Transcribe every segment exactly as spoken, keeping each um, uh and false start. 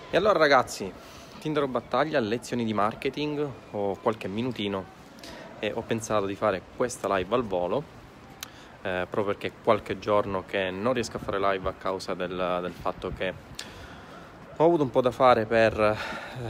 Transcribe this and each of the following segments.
E allora ragazzi, Tinder o battaglia, lezioni di marketing, ho qualche minutino e ho pensato di fare questa live al volo, eh, proprio perché qualche giorno che non riesco a fare live a causa del, del fatto che ho avuto un po' da fare per eh,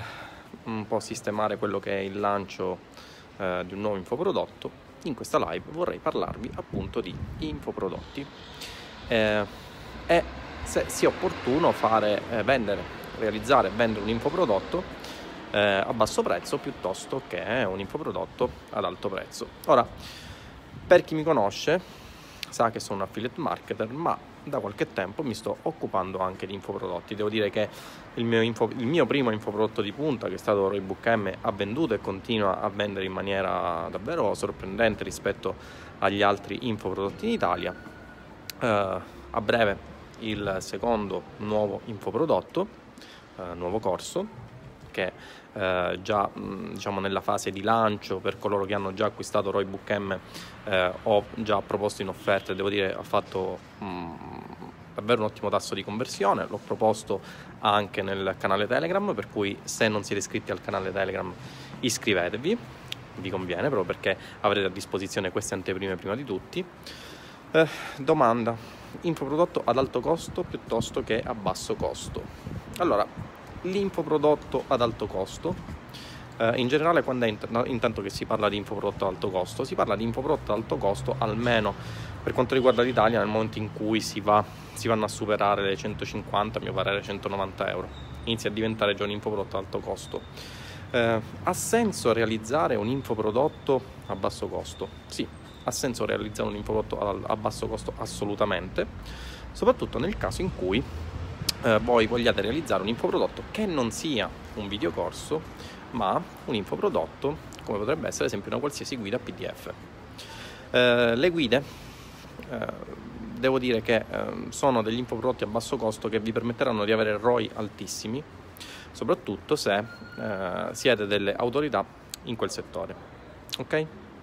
un po' sistemare quello che è il lancio eh, di un nuovo infoprodotto. In questa live vorrei parlarvi appunto di infoprodotti eh, e se sia opportuno fare eh, vendere realizzare e vendere un infoprodotto eh, a basso prezzo piuttosto che un infoprodotto ad alto prezzo. Ora, per chi mi conosce sa che sono un affiliate marketer, ma da qualche tempo mi sto occupando anche di infoprodotti. Devo dire che il mio, info, il mio primo infoprodotto di punta, che è stato Roybook M, ha venduto e continua a vendere in maniera davvero sorprendente rispetto agli altri infoprodotti in Italia. Uh, a breve il secondo nuovo infoprodotto, Uh, nuovo corso che uh, già mh, diciamo nella fase di lancio per coloro che hanno già acquistato Roybook M uh, ho già proposto in offerta e devo dire ha fatto mh, davvero un ottimo tasso di conversione. L'ho proposto anche nel canale Telegram, per cui se non siete iscritti al canale Telegram iscrivetevi, vi conviene proprio perché avrete a disposizione queste anteprime prima di tutti. Uh, domanda: infoprodotto ad alto costo piuttosto che a basso costo? Allora, l'infoprodotto ad alto costo, eh, in generale quando è int- no, intanto che si parla di infoprodotto ad alto costo, si parla di infoprodotto ad alto costo almeno per quanto riguarda l'Italia nel momento in cui si, va, si vanno a superare le centocinquanta, a mio parere centonovanta euro, inizia a diventare già un infoprodotto ad alto costo. Eh, ha senso realizzare un infoprodotto a basso costo? Sì, ha senso realizzare un infoprodotto a basso costo assolutamente, soprattutto nel caso in cui eh, voi vogliate realizzare un infoprodotto che non sia un videocorso, ma un infoprodotto come potrebbe essere ad esempio una qualsiasi guida P D F. Eh, le guide, eh, devo dire che eh, sono degli infoprodotti a basso costo che vi permetteranno di avere R O I altissimi, soprattutto se eh, siete delle autorità in quel settore. Ok?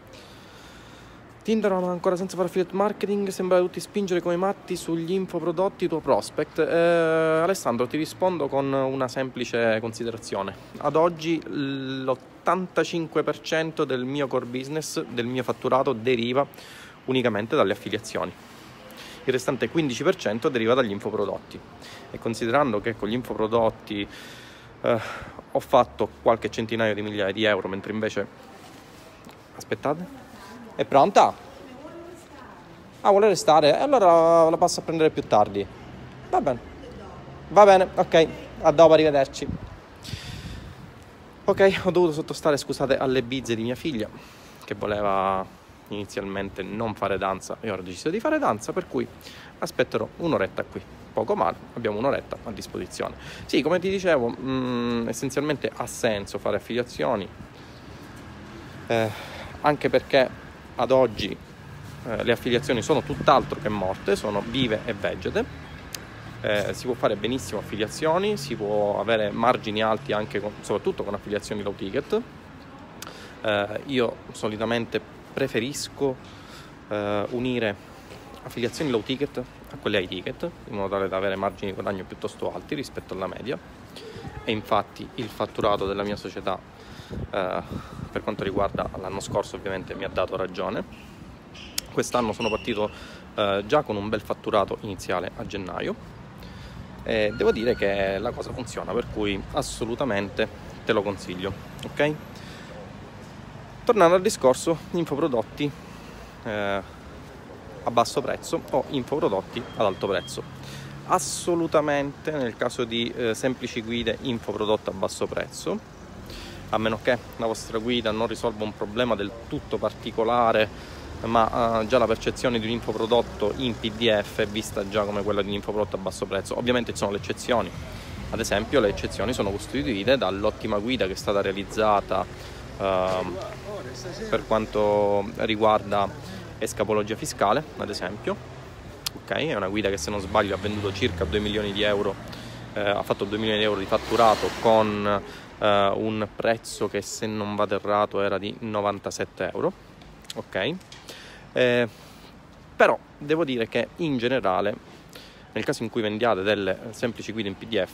Tinder ma ancora senza fare affiliate marketing, sembra tutti spingere come matti sugli infoprodotti tuo prospect. Eh, Alessandro, ti rispondo con una semplice considerazione. Ad oggi l'ottantacinque per cento del mio core business, del mio fatturato, deriva unicamente dalle affiliazioni. Il restante quindici per cento deriva dagli infoprodotti. E considerando che con gli infoprodotti eh, ho fatto qualche centinaio di migliaia di euro, mentre invece... Aspettate. È pronta? Ah, vuole restare? Allora la passo a prendere più tardi. Va bene. Va bene, ok. A dopo, arrivederci. Ok, ho dovuto sottostare, scusate, alle bizze di mia figlia, che voleva inizialmente non fare danza e ora ho deciso di fare danza, per cui aspetterò un'oretta qui. Poco male, abbiamo un'oretta a disposizione. Sì, come ti dicevo, mh, essenzialmente ha senso fare affiliazioni, eh, anche perché ad oggi eh, le affiliazioni sono tutt'altro che morte, sono vive e vegete. Eh, si può fare benissimo affiliazioni, si può avere margini alti anche con, soprattutto con affiliazioni low ticket. Eh, io solitamente preferisco eh, unire affiliazioni low ticket a quelle high ticket, in modo tale da avere margini di guadagno piuttosto alti rispetto alla media. E infatti il fatturato della mia società Uh, per quanto riguarda l'anno scorso ovviamente mi ha dato ragione. Quest'anno sono partito uh, già con un bel fatturato iniziale a gennaio e devo dire che la cosa funziona, per cui assolutamente te lo consiglio. Ok? Tornando al discorso infoprodotti uh, a basso prezzo o infoprodotti ad alto prezzo, assolutamente nel caso di uh, semplici guide infoprodotto a basso prezzo, a meno che la vostra guida non risolva un problema del tutto particolare, ma uh, già la percezione di un infoprodotto in P D F è vista già come quella di un infoprodotto a basso prezzo. Ovviamente ci sono le eccezioni, ad esempio le eccezioni sono costituite dall'ottima guida che è stata realizzata uh, per quanto riguarda escapologia fiscale, ad esempio. Ok, è una guida che, se non sbaglio, ha venduto circa due milioni di euro, eh, ha fatto due milioni di euro di fatturato con Uh, un prezzo che, se non vado errato, era di novantasette euro. Ok, eh, però devo dire che in generale, nel caso in cui vendiate delle semplici guide in P D F,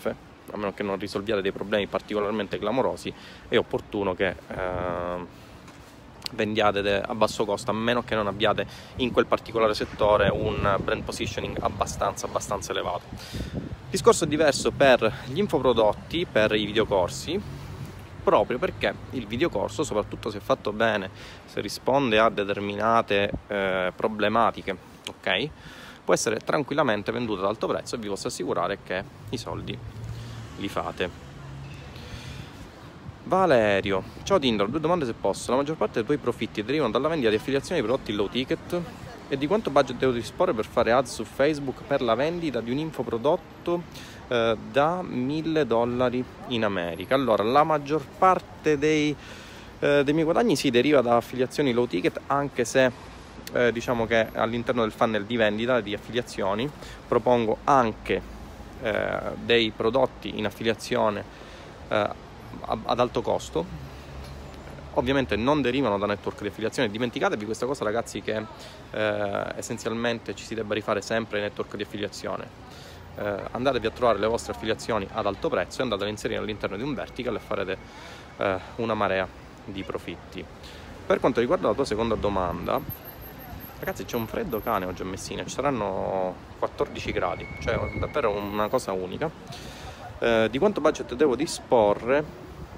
a meno che non risolviate dei problemi particolarmente clamorosi, è opportuno che eh, vendiate a basso costo, a meno che non abbiate in quel particolare settore un brand positioning abbastanza abbastanza elevato. Il discorso è diverso per gli infoprodotti, per i videocorsi, proprio perché il videocorso, soprattutto se fatto bene, se risponde a determinate eh, problematiche, ok, può essere tranquillamente venduto ad alto prezzo e vi posso assicurare che i soldi li fate. Valerio, ciao Tindor, due domande se posso. La maggior parte dei tuoi profitti derivano dalla vendita di affiliazioni di prodotti low ticket, e di quanto budget devo disporre per fare ads su Facebook per la vendita di un infoprodotto eh, da mille dollari in America? Allora, la maggior parte dei, eh, dei miei guadagni si deriva da affiliazioni low ticket, anche se eh, diciamo che all'interno del funnel di vendita di affiliazioni propongo anche eh, dei prodotti in affiliazione eh, ad alto costo. Ovviamente non derivano da network di affiliazione. Dimenticatevi questa cosa, ragazzi, che eh, essenzialmente ci si debba rifare sempre ai network di affiliazione. Eh, andatevi a trovare le vostre affiliazioni ad alto prezzo e andate a inserire all'interno di un vertical e farete eh, una marea di profitti. Per quanto riguarda la tua seconda domanda, ragazzi, c'è un freddo cane oggi a Messina, ci saranno quattordici gradi, cioè davvero una cosa unica. Eh, di quanto budget devo disporre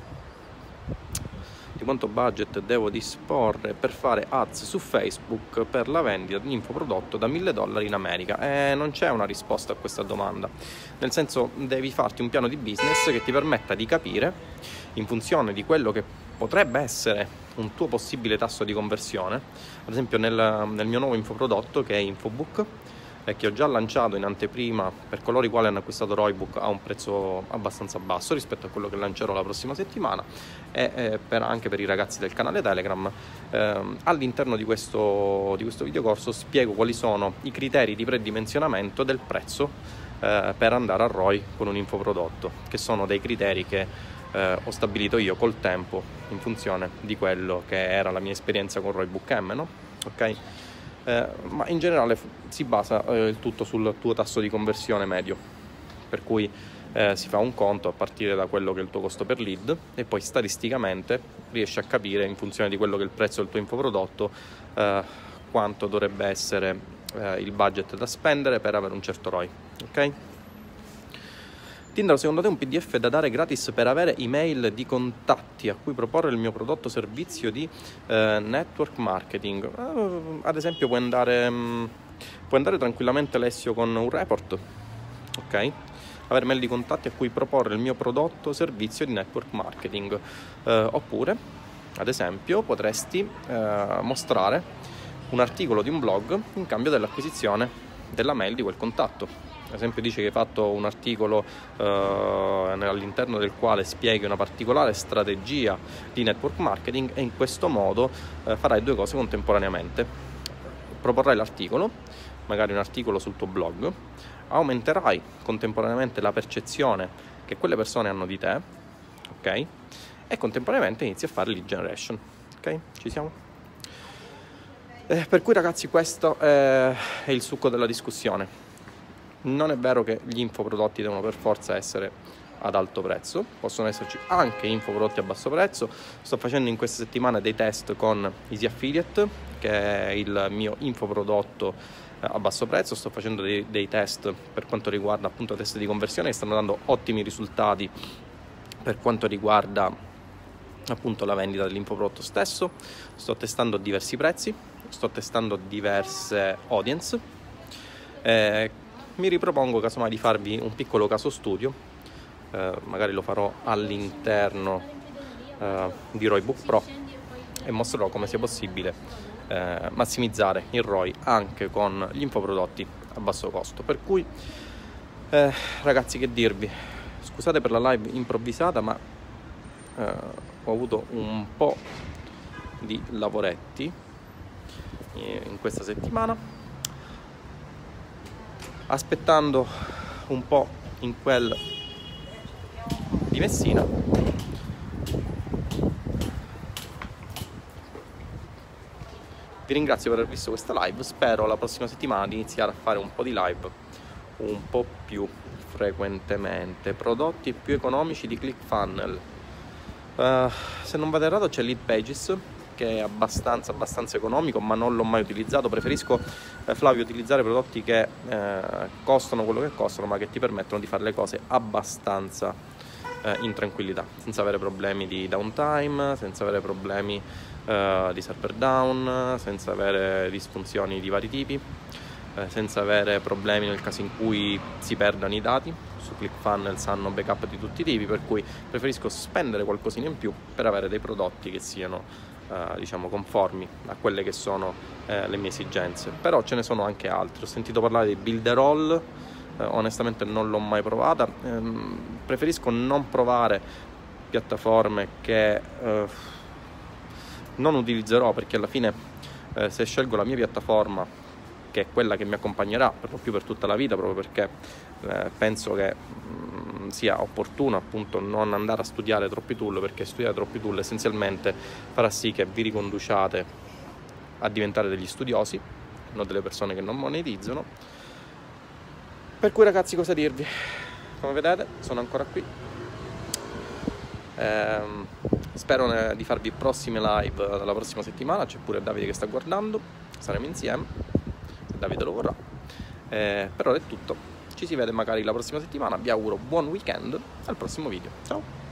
di quanto budget devo disporre per fare ads su Facebook per la vendita di un infoprodotto da mille dollari in America? Eh, non c'è una risposta a questa domanda, nel senso, devi farti un piano di business che ti permetta di capire, in funzione di quello che potrebbe essere un tuo possibile tasso di conversione. Ad esempio nel, nel mio nuovo infoprodotto, che è Infobook, e che ho già lanciato in anteprima per coloro i quali hanno acquistato Roybook a un prezzo abbastanza basso rispetto a quello che lancerò la prossima settimana, e eh, per, anche per i ragazzi del canale Telegram. Eh, all'interno di questo, di questo videocorso spiego quali sono i criteri di predimensionamento del prezzo eh, per andare a R O I con un infoprodotto, che sono dei criteri che eh, ho stabilito io col tempo in funzione di quello che era la mia esperienza con Roybook M, no? Ok? Eh, ma in generale si basa eh, il tutto sul tuo tasso di conversione medio, per cui eh, si fa un conto a partire da quello che è il tuo costo per lead e poi statisticamente riesci a capire, in funzione di quello che è il prezzo del tuo infoprodotto, eh, quanto dovrebbe essere eh, il budget da spendere per avere un certo R O I. Ok? Tindaro, secondo te un P D F da dare gratis per avere email di contatti a cui proporre il mio prodotto o servizio di eh, network marketing? Uh, ad esempio puoi andare, um, puoi andare tranquillamente, Alessio, con un report, ok? Avere mail di contatti a cui proporre il mio prodotto o servizio di network marketing. Uh, oppure, ad esempio, potresti uh, mostrare un articolo di un blog in cambio dell'acquisizione della mail di quel contatto. Ad esempio, dice che hai fatto un articolo eh, all'interno del quale spieghi una particolare strategia di network marketing, e in questo modo eh, farai due cose contemporaneamente. Proporrai l'articolo, magari un articolo sul tuo blog, aumenterai contemporaneamente la percezione che quelle persone hanno di te, ok? E contemporaneamente inizi a fare lead generation, ok? Ci siamo? Eh, per cui, ragazzi, questo è il succo della discussione. Non è vero che gli infoprodotti devono per forza essere ad alto prezzo, possono esserci anche infoprodotti a basso prezzo. Sto facendo in queste settimane dei test con Easy Affiliate, che è il mio infoprodotto a basso prezzo. Sto facendo dei, dei test per quanto riguarda appunto test di conversione, che stanno dando ottimi risultati per quanto riguarda appunto la vendita dell'infoprodotto stesso. Sto testando diversi prezzi, sto testando diverse audience. Eh, mi ripropongo casomai di farvi un piccolo caso studio, eh, magari lo farò all'interno eh, di Roybook Pro, e mostrerò come sia possibile eh, massimizzare il R O I anche con gli infoprodotti a basso costo. Per cui eh, ragazzi, che dirvi, scusate per la live improvvisata, ma eh, ho avuto un po' di lavoretti in questa settimana, aspettando un po' in quel di Messina. Vi ringrazio per aver visto questa live, spero la prossima settimana di iniziare a fare un po' di live un po' più frequentemente. Prodotti più economici di ClickFunnels. Uh, se non vado errato c'è Leadpages, che è abbastanza, abbastanza economico, ma non l'ho mai utilizzato. Preferisco, eh, Flavio, utilizzare prodotti che eh, costano quello che costano, ma che ti permettono di fare le cose abbastanza eh, in tranquillità, senza avere problemi di downtime, senza avere problemi eh, di server down, senza avere disfunzioni di vari tipi, eh, senza avere problemi nel caso in cui si perdano i dati. Su ClickFunnels hanno backup di tutti i tipi, per cui preferisco spendere qualcosina in più per avere dei prodotti che siano eh, diciamo conformi a quelle che sono eh, le mie esigenze. Però ce ne sono anche altri. Ho sentito parlare di Builderall, eh, onestamente non l'ho mai provata. Ehm, preferisco non provare piattaforme che eh, non utilizzerò, perché alla fine eh, se scelgo la mia piattaforma, che è quella che mi accompagnerà per lo più per tutta la vita, proprio perché eh, penso che mh, sia opportuno appunto non andare a studiare troppi tool, perché studiare troppi tool essenzialmente farà sì che vi riconduciate a diventare degli studiosi, non delle persone che non monetizzano. Per cui ragazzi, cosa dirvi? Come vedete sono ancora qui. Ehm, spero di farvi prossime live la prossima settimana. C'è pure Davide che sta guardando, saremo insieme. Davide lo vorrà. Eh, per ora è tutto, ci si vede magari la prossima settimana, vi auguro buon weekend, al prossimo video, ciao!